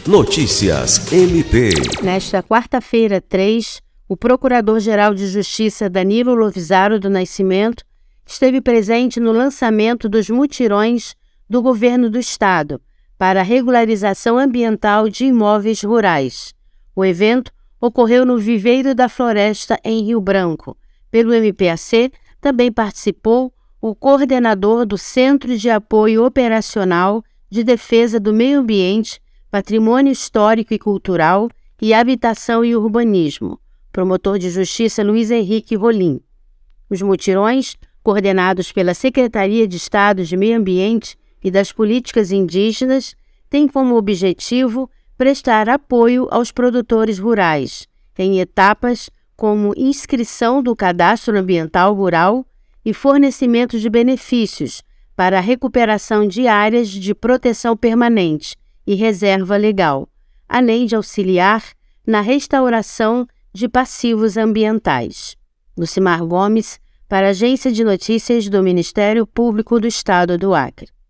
Notícias MP. Nesta quarta-feira, 3, o Procurador-Geral de Justiça Danilo Lovisaro do Nascimento esteve presente no lançamento dos mutirões do Governo do Estado para a regularização ambiental de imóveis rurais. O evento ocorreu no Viveiro da Floresta, em Rio Branco. Pelo MPAC, também participou o coordenador do Centro de Apoio Operacional de Defesa do Meio Ambiente, Patrimônio Histórico e Cultural e Habitação e Urbanismo, promotor de Justiça Luiz Henrique Rolim. Os mutirões, coordenados pela Secretaria de Estado de Meio Ambiente e das Políticas Indígenas, têm como objetivo prestar apoio aos produtores rurais, em etapas como inscrição do Cadastro Ambiental Rural e fornecimento de benefícios para a recuperação de áreas de proteção permanente e reserva legal, além de auxiliar na restauração de passivos ambientais. Lucimar Gomes, para a Agência de Notícias do Ministério Público do Estado do Acre.